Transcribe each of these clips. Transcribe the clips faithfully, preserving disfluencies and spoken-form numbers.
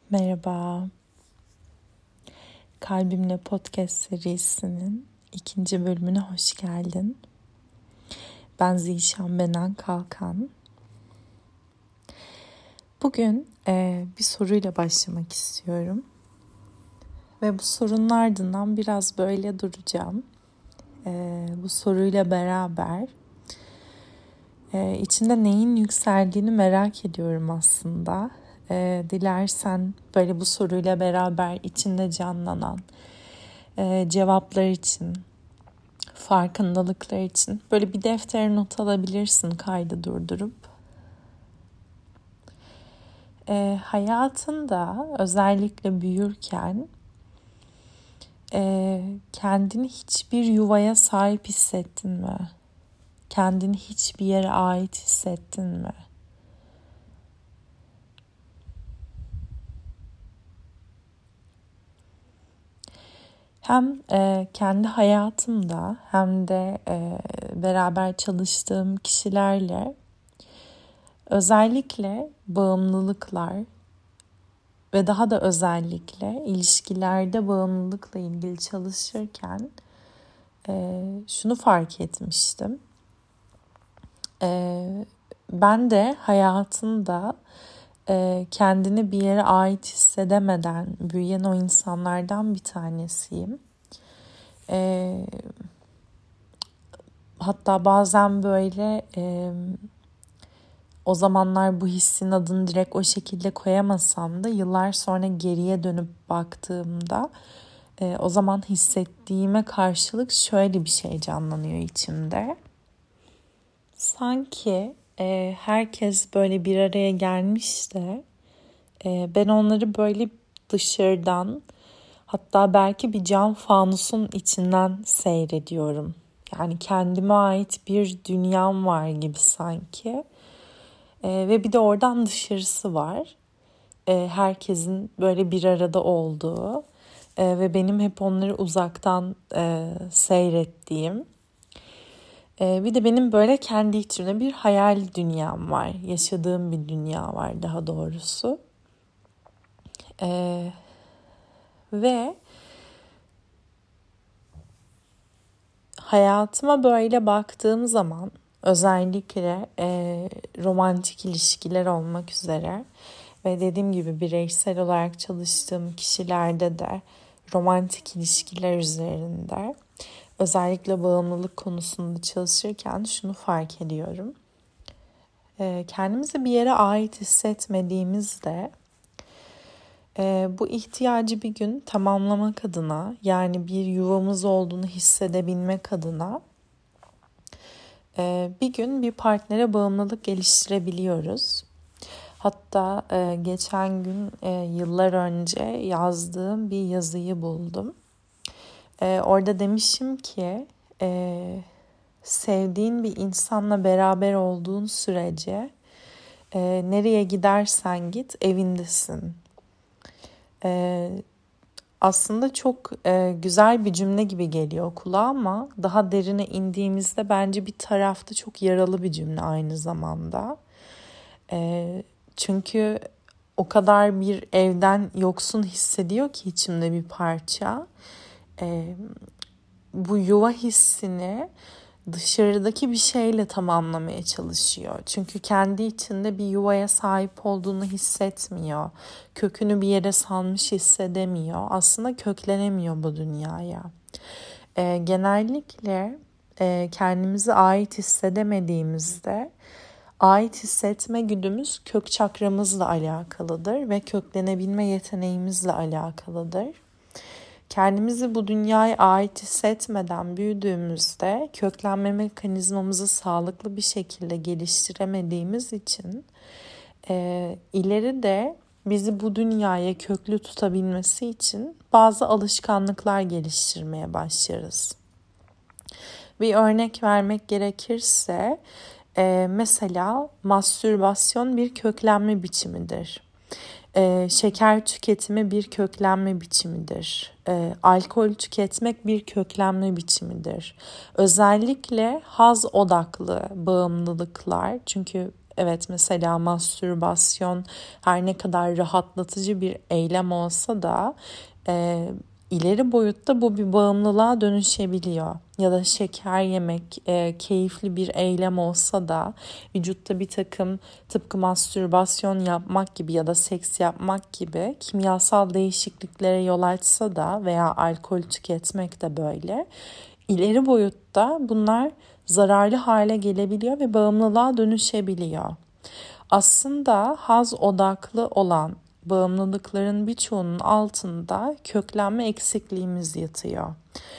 Merhaba, Kalbimle Podcast serisinin ikinci bölümüne hoş geldin. Ben Zişan Benen Kalkan. Bugün e, bir soruyla başlamak istiyorum. Ve bu sorunun ardından biraz böyle duracağım. E, bu soruyla beraber e, içinde neyin yükseldiğini merak ediyorum aslında. E, dilersen böyle bu soruyla beraber içinde canlanan e, cevaplar için, farkındalıklar için böyle bir deftere not alabilirsin kaydı durdurup. E, hayatında özellikle büyürken e, kendini hiçbir yuvaya sahip hissettin mi? Kendini hiçbir yere ait hissettin mi? Hem e, kendi hayatımda hem de e, beraber çalıştığım kişilerle özellikle bağımlılıklar ve daha da özellikle ilişkilerde bağımlılıkla ilgili çalışırken e, şunu fark etmiştim. E, ben de hayatımda e, kendini bir yere ait hissedemeden büyüyen o insanlardan bir tanesiyim. E, hatta bazen böyle e, o zamanlar bu hissin adını direkt o şekilde koyamasam da yıllar sonra geriye dönüp baktığımda e, o zaman hissettiğime karşılık şöyle bir şey canlanıyor içimde. Sanki e, herkes böyle bir araya gelmiş de e, ben onları böyle dışarıdan, hatta belki bir cam fanusun içinden seyrediyorum. Yani kendime ait bir dünyam var gibi sanki. Ee, ve bir de oradan dışarısı var. Ee, herkesin böyle bir arada olduğu ee, ve benim hep onları uzaktan e, seyrettiğim. Ee, bir de benim böyle kendi içimde bir hayal dünyam var. Yaşadığım bir dünya var daha doğrusu. Ee, ve hayatıma böyle baktığım zaman özellikle e, romantik ilişkiler olmak üzere ve dediğim gibi bireysel olarak çalıştığım kişilerde de romantik ilişkiler üzerinde özellikle bağımlılık konusunda çalışırken şunu fark ediyorum. E, kendimizi bir yere ait hissetmediğimizde e, bu ihtiyacı bir gün tamamlamak adına, yani bir yuvamız olduğunu hissedebilmek adına bir gün bir partnere bağımlılık geliştirebiliyoruz. Hatta geçen gün yıllar önce yazdığım bir yazıyı buldum. Orada demişim ki sevdiğin bir insanla beraber olduğun sürece nereye gidersen git evindesin. Aslında çok e, güzel bir cümle gibi geliyor kulağa ama daha derine indiğimizde bence bir tarafta çok yaralı bir cümle aynı zamanda. E, çünkü o kadar bir evden yoksun hissediyor ki içimde bir parça. E, bu yuva hissini dışarıdaki bir şeyle tamamlamaya çalışıyor. Çünkü kendi içinde bir yuvaya sahip olduğunu hissetmiyor. Kökünü bir yere salmış hissedemiyor. Aslında köklenemiyor bu dünyaya. E, genellikle e, kendimize ait hissedemediğimizde ait hissetme güdümüz kök çakramızla alakalıdır ve köklenebilme yeteneğimizle alakalıdır. Kendimizi bu dünyaya ait hissetmeden büyüdüğümüzde köklenme mekanizmamızı sağlıklı bir şekilde geliştiremediğimiz için e, ileride bizi bu dünyaya köklü tutabilmesi için bazı alışkanlıklar geliştirmeye başlarız. Bir örnek vermek gerekirse e, mesela mastürbasyon bir köklenme biçimidir. Ee, şeker tüketimi bir köklenme biçimidir. Ee, alkol tüketmek bir köklenme biçimidir. Özellikle haz odaklı bağımlılıklar, çünkü Evet, mesela mastürbasyon her ne kadar rahatlatıcı bir eylem olsa da e, ileri boyutta bu bir bağımlılığa dönüşebiliyor. Ya da şeker yemek e, keyifli bir eylem olsa da vücutta bir takım, tıpkı mastürbasyon yapmak gibi ya da seks yapmak gibi kimyasal değişikliklere yol açsa da veya alkol tüketmek de böyle. İleri boyutta bunlar zararlı hale gelebiliyor ve bağımlılığa dönüşebiliyor. Aslında haz odaklı olan bağımlılıkların birçoğunun altında köklenme eksikliğimiz yatıyor.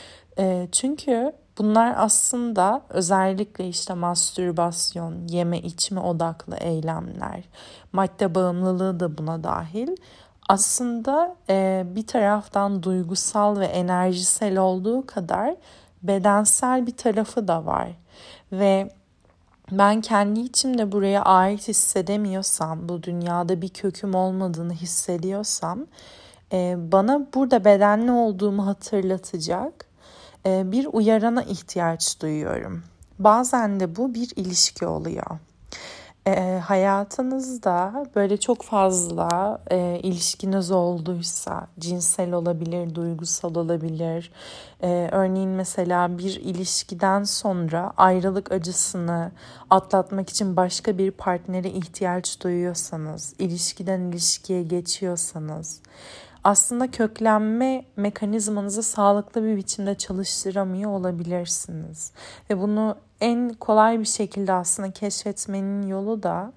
E, çünkü bunlar aslında özellikle işte mastürbasyon, yeme içme odaklı eylemler, madde bağımlılığı da buna dahil. Aslında e, bir taraftan duygusal ve enerjisel olduğu kadar bedensel bir tarafı da var. Ve ben kendi içimde buraya ait hissedemiyorsam, bu dünyada bir köküm olmadığını hissediyorsam, e, bana burada bedenli olduğumu hatırlatacak e, bir uyarana ihtiyaç duyuyorum. Bazen de bu bir ilişki oluyor. E, hayatınızda böyle çok fazla e, ilişkiniz olduysa, cinsel olabilir, duygusal olabilir. E, örneğin mesela bir ilişkiden sonra ayrılık acısını atlatmak için başka bir partnere ihtiyaç duyuyorsanız, ilişkiden ilişkiye geçiyorsanız, aslında köklenme mekanizmanızı sağlıklı bir biçimde çalıştıramıyor olabilirsiniz. Ve bunu en kolay bir şekilde aslında keşfetmenin yolu da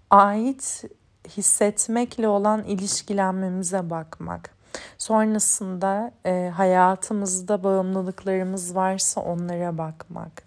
ait hissetmekle olan ilişkilenmemize bakmak. Sonrasında e, hayatımızda bağımlılıklarımız varsa onlara bakmak.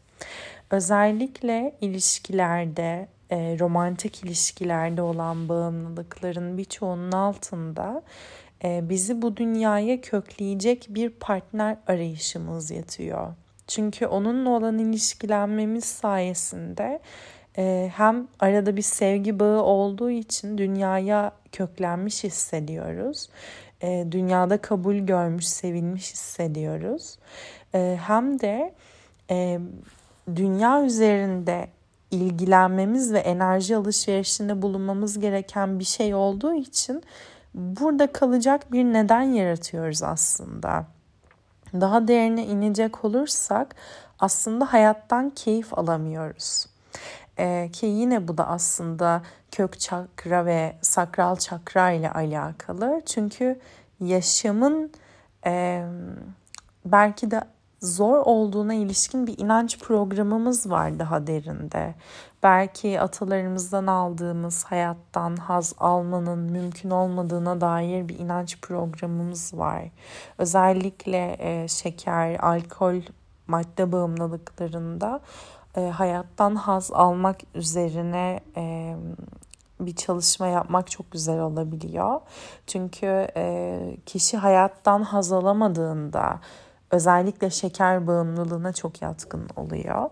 Özellikle ilişkilerde, e, romantik ilişkilerde olan bağımlılıkların birçoğunun altında e, bizi bu dünyaya kökleyecek bir partner arayışımız yatıyor. Çünkü onunla olan ilişkilenmemiz sayesinde e, hem arada bir sevgi bağı olduğu için dünyaya köklenmiş hissediyoruz. E, dünyada kabul görmüş, sevilmiş hissediyoruz. E, hem de e, dünya üzerinde ilgilenmemiz ve enerji alışverişinde bulunmamız gereken bir şey olduğu için burada kalacak bir neden yaratıyoruz aslında. Daha derine inecek olursak aslında hayattan keyif alamıyoruz. Ee, ki yine bu da aslında kök çakra ve sakral çakra ile alakalı. Çünkü yaşamın e, belki de zor olduğuna ilişkin bir inanç programımız var daha derinde. Belki atalarımızdan aldığımız hayattan haz almanın mümkün olmadığına dair bir inanç programımız var. Özellikle e, şeker, alkol, madde bağımlılıklarında e, hayattan haz almak üzerine e, bir çalışma yapmak çok güzel olabiliyor. Çünkü e, kişi hayattan haz alamadığında özellikle şeker bağımlılığına çok yatkın oluyor.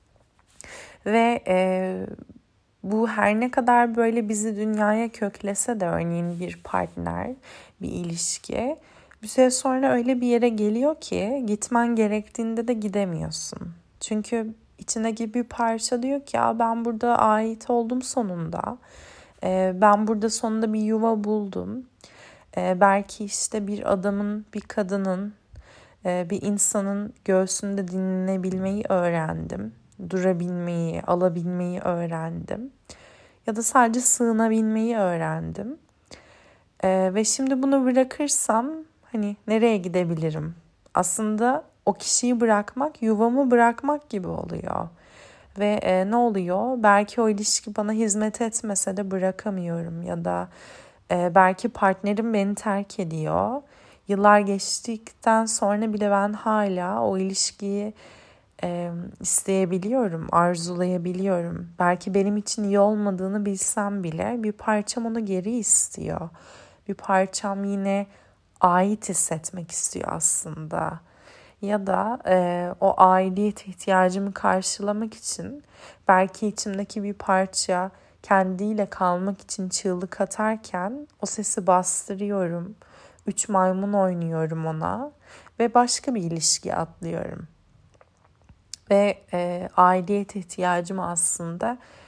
Ve e, bu her ne kadar böyle bizi dünyaya köklese de örneğin bir partner, bir ilişki bir süre sonra öyle bir yere geliyor ki gitmen gerektiğinde de gidemiyorsun. Çünkü içindeki bir parça diyor ki ya ben burada ait oldum sonunda. E, ben burada sonunda bir yuva buldum. E, belki işte bir adamın, bir kadının, bir insanın göğsünde dinlenebilmeyi öğrendim. Durabilmeyi, alabilmeyi öğrendim. Ya da sadece sığınabilmeyi öğrendim. Ee, ve şimdi bunu bırakırsam hani nereye gidebilirim? Aslında o kişiyi bırakmak, yuvamı bırakmak gibi oluyor. Ve e, ne oluyor? Belki o ilişki bana hizmet etmese de bırakamıyorum. Ya da e, belki partnerim beni terk ediyor. Yıllar geçtikten sonra bile ben hala o ilişkiyi e, isteyebiliyorum, arzulayabiliyorum. Belki benim için iyi olmadığını bilsem bile bir parçam onu geri istiyor. Bir parçam yine ait hissetmek istiyor aslında. Ya da e, o aidiyet ihtiyacımı karşılamak için belki içimdeki bir parça kendiyle kalmak için çığlık atarken o sesi bastırıyorum. Üç maymun oynuyorum ona ve başka bir ilişkiye atlıyorum. Ve e, aidiyet ihtiyacımı aslında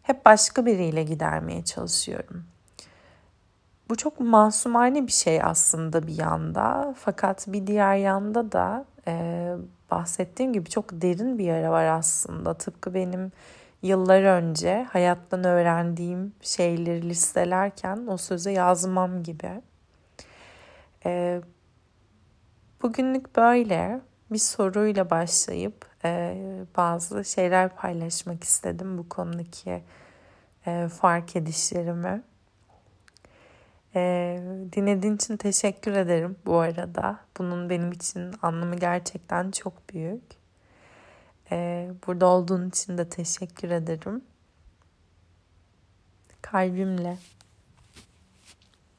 hep başka biriyle gidermeye çalışıyorum. Bu çok masumane bir şey aslında bir yanda. Fakat bir diğer yanda da e, bahsettiğim gibi çok derin bir yara var aslında. Tıpkı benim yıllar önce hayattan öğrendiğim şeyleri listelerken o söze yazmam gibi. E, bugünlük böyle bir soruyla başlayıp e, bazı şeyler paylaşmak istedim bu konudaki e, fark edişlerimi. Ee, dinlediğin için teşekkür ederim bu arada. Bunun benim için anlamı gerçekten çok büyük. Ee, burada olduğun için de teşekkür ederim. Kalbimle.